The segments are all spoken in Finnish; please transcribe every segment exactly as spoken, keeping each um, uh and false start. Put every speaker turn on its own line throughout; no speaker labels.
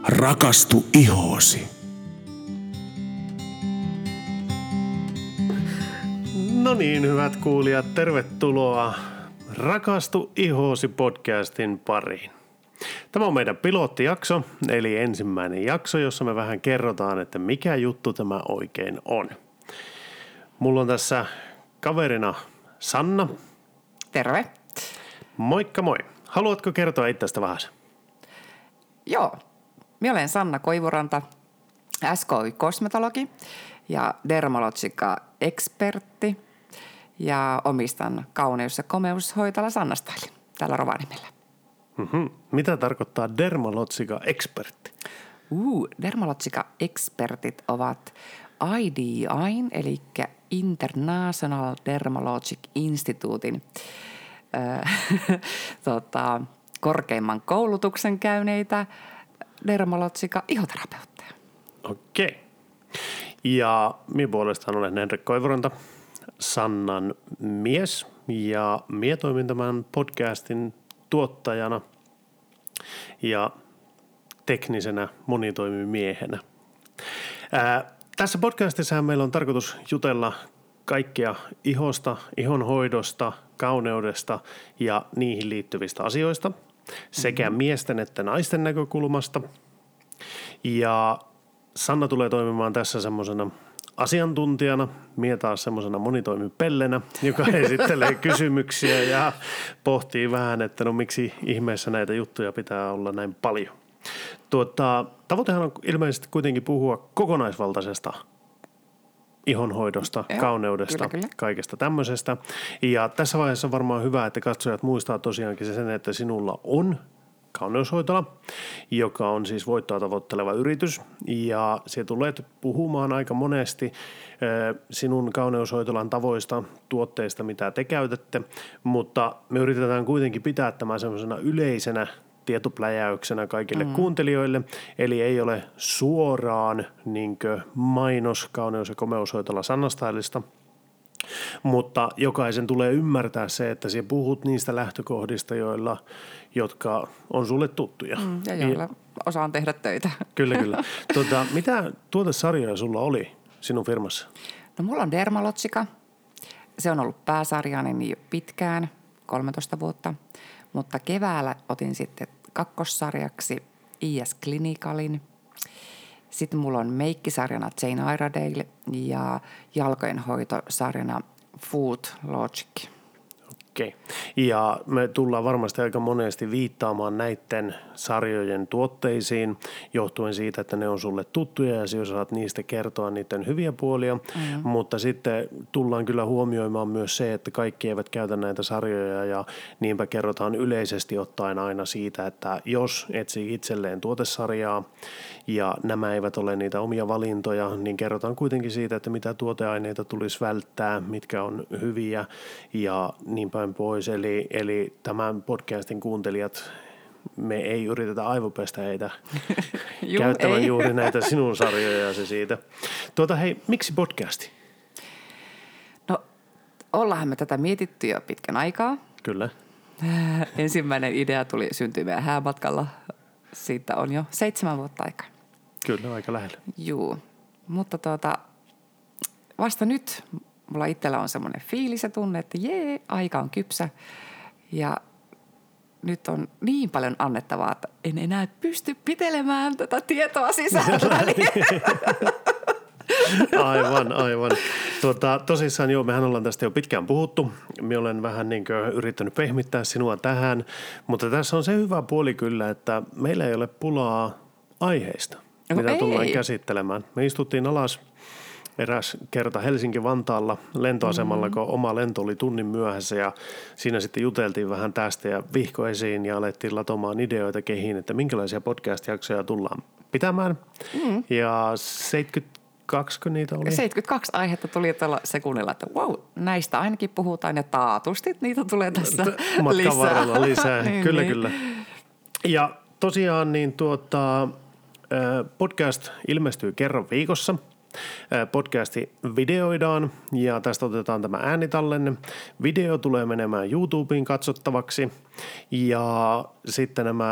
Rakastu ihoosi.
No niin, hyvät kuulijat, tervetuloa Rakastu ihoosi podcastin pariin. Tämä on meidän pilottijakso, eli ensimmäinen jakso, jossa me vähän kerrotaan, että mikä juttu tämä oikein on. Mulla on tässä kaverina Sanna.
Terve.
Moikka moi. Haluatko kertoa itsestä vähän?
Joo, minä olen Sanna Koivuranta, S K Y-kosmetologi ja dermalogica-ekspertti ja omistan kauneus- ja komeushoitola Sanna Stylin täällä Rovaniemellä.
Mm-hmm. Mitä tarkoittaa dermalogica-ekspertti?
Uh, dermalogica-ekspertit ovat I D I:n, eli International Dermalogic Instituutin äh, tota, korkeimman koulutuksen käyneitä dermalogica-ihoterapeutteja.
Okei. Ja minä puolestaan olen Henrik Koivuranta, Sannan mies, ja minä toimin tämän podcastin tuottajana ja teknisenä monitoimimiehenä. Ää, tässä podcastissa meillä on tarkoitus jutella kaikkea ihosta, ihonhoidosta, kauneudesta ja niihin liittyvistä asioista sekä mm-hmm. miesten että naisten näkökulmasta. Ja Sanna tulee toimimaan tässä semmoisena asiantuntijana, minä taas semmoisena monitoimipellenä, joka esittelee kysymyksiä ja pohtii vähän, että no miksi ihmeessä näitä juttuja pitää olla näin paljon. Tuota, tavoitehan on ilmeisesti kuitenkin puhua kokonaisvaltaisesta ihonhoidosta, Joo, kauneudesta, kyllä, kyllä. kaikesta tämmöisestä. Ja tässä vaiheessa on varmaan hyvä, että katsojat muistaa tosiaankin sen, että sinulla on kauneushoitola, joka on siis voittoa tavoitteleva yritys, ja se tulet puhumaan aika monesti sinun kauneushoitolan tavoista, tuotteista, mitä te käytätte, mutta me yritetään kuitenkin pitää tämä semmoisena yleisenä tietopläjäyksenä kaikille mm. kuuntelijoille, eli ei ole suoraan niinkö mainos kauneus- ja komeushoitola Sanna Stylista, mutta jokaisen tulee ymmärtää se, että sinä puhut niistä lähtökohdista, joilla, jotka on sulle tuttuja.
Mm, ja joilla osaan tehdä töitä.
Kyllä, kyllä. Tuota, mitä tuotesarjoja sulla oli sinun firmassa?
No mulla on Dermalogica. Se on ollut pääsarjani niin pitkään, kolmetoista vuotta. Mutta keväällä otin sitten kakkossarjaksi I S Clinicalin. Sitten mulla on meikkisarjana Jane Iredale ja jalkojenhoitosarjana Food Logic.
Okei. Ja me tullaan varmasti aika monesti viittaamaan näiden sarjojen tuotteisiin johtuen siitä, että ne on sulle tuttuja ja sinä saat niistä kertoa niiden hyviä puolia. Mm-hmm. Mutta sitten tullaan kyllä huomioimaan myös se, että kaikki eivät käytä näitä sarjoja ja niinpä kerrotaan yleisesti ottaen aina siitä, että jos etsii itselleen tuotesarjaa ja nämä eivät ole niitä omia valintoja, niin kerrotaan kuitenkin siitä, että mitä tuoteaineita tulisi välttää, mitkä on hyviä ja niin päin pois. Eli, eli tämän podcastin kuuntelijat, me ei yritetä aivopestä heitä Juu, käyttämään ei. juuri näitä sinun sarjoja se siitä. Tuota hei, miksi podcasti?
No, ollaanhan me tätä mietitty jo pitkän aikaa.
Kyllä.
Ensimmäinen idea tuli syntyi meidän häämatkalla. Siitä on jo seitsemän vuotta aikaa.
Kyllä, aika lähellä.
Juu, mutta tuota, vasta nyt mulla itsellä on semmoinen fiilis ja tunne, että jee, aika on kypsä. Ja nyt on niin paljon annettavaa, että en enää pysty pitelemään tätä tietoa sisälläni.
Aivan, aivan. Tuota, tosissaan joo, mehän ollaan tästä jo pitkään puhuttu. Minä olen vähän niin kuin yrittänyt pehmittää sinua tähän, mutta tässä on se hyvä puoli kyllä, että meillä ei ole pulaa aiheista, no mitä ei. tullaan käsittelemään. Me istuttiin alas eräs kerta Helsinki-Vantaalla lentoasemalla, mm-hmm. kun oma lento oli tunnin myöhässä ja siinä sitten juteltiin vähän tästä ja vihko esiin ja alettiin latomaan ideoita kehiin, että minkälaisia podcast-jaksoja tullaan pitämään. Mm-hmm. Ja seitsemänkymmentäkaksi niitä oli?
seitsemänkymmentäkaksi aihetta tuli tällä sekunnilla, että wow, näistä ainakin puhutaan ja taatusti niitä tulee tässä
Matkan
lisää.
varrella lisää,
niin,
kyllä
niin.
kyllä. Ja tosiaan niin tuota, podcast ilmestyy kerran viikossa. Podcasti videoidaan ja tästä otetaan tämä äänitallenne. Video tulee menemään YouTubeen katsottavaksi ja sitten nämä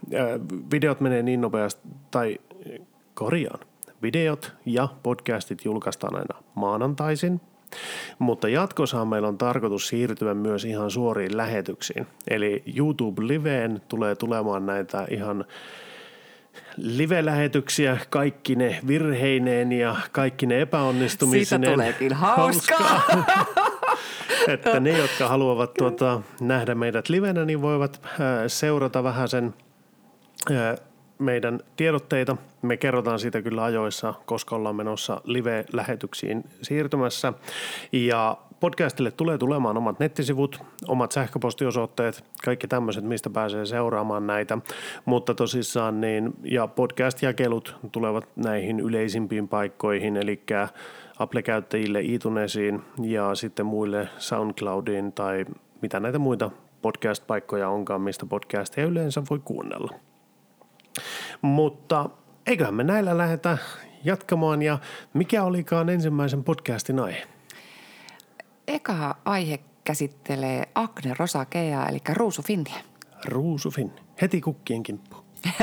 videot menee niin nopeasti, tai korjaan, videot ja podcastit julkaistaan aina maanantaisin, mutta jatkossahan meillä on tarkoitus siirtyä myös ihan suoriin lähetyksiin. Eli YouTube-liveen tulee tulemaan näitä ihan live-lähetyksiä, kaikki ne virheineen ja kaikki ne epäonnistumisineen.
Siitä tuleekin hauskaa.
Että ne, jotka haluavat tuota, nähdä meidät livenä, niin voivat äh, seurata vähän sen äh, meidän tiedotteita. Me kerrotaan siitä kyllä ajoissa, koska ollaan menossa live-lähetyksiin siirtymässä. Ja podcastille tulee tulemaan omat nettisivut, omat sähköpostiosoitteet, kaikki tämmöiset, mistä pääsee seuraamaan näitä. Mutta tosissaan niin, ja podcast-jakelut tulevat näihin yleisimpiin paikkoihin, eli Apple-käyttäjille iTunesiin ja sitten muille SoundCloudiin tai mitä näitä muita podcast-paikkoja onkaan, mistä podcastia yleensä voi kuunnella. Mutta eiköhän me näillä lähdetä jatkamaan ja mikä olikaan ensimmäisen podcastin aihe?
Eka aihe käsittelee Acne rosacea, eli ruusufinniä.
Ruusufinni. Heti kukkien kimppuun.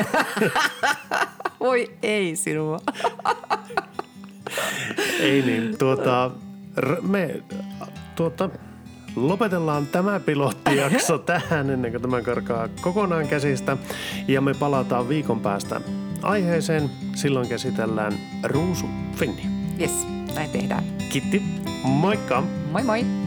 Voi ei sinua.
Ei niin, tuota, me tuota, lopetellaan tämä pilottijakso tähän ennen kuin tämä karkaa kokonaan käsistä ja me palataan viikon päästä aiheeseen. Silloin käsitellään ruusufinniä.
Jes, näin tehdään.
Kiitti, moikka!
Moi moi!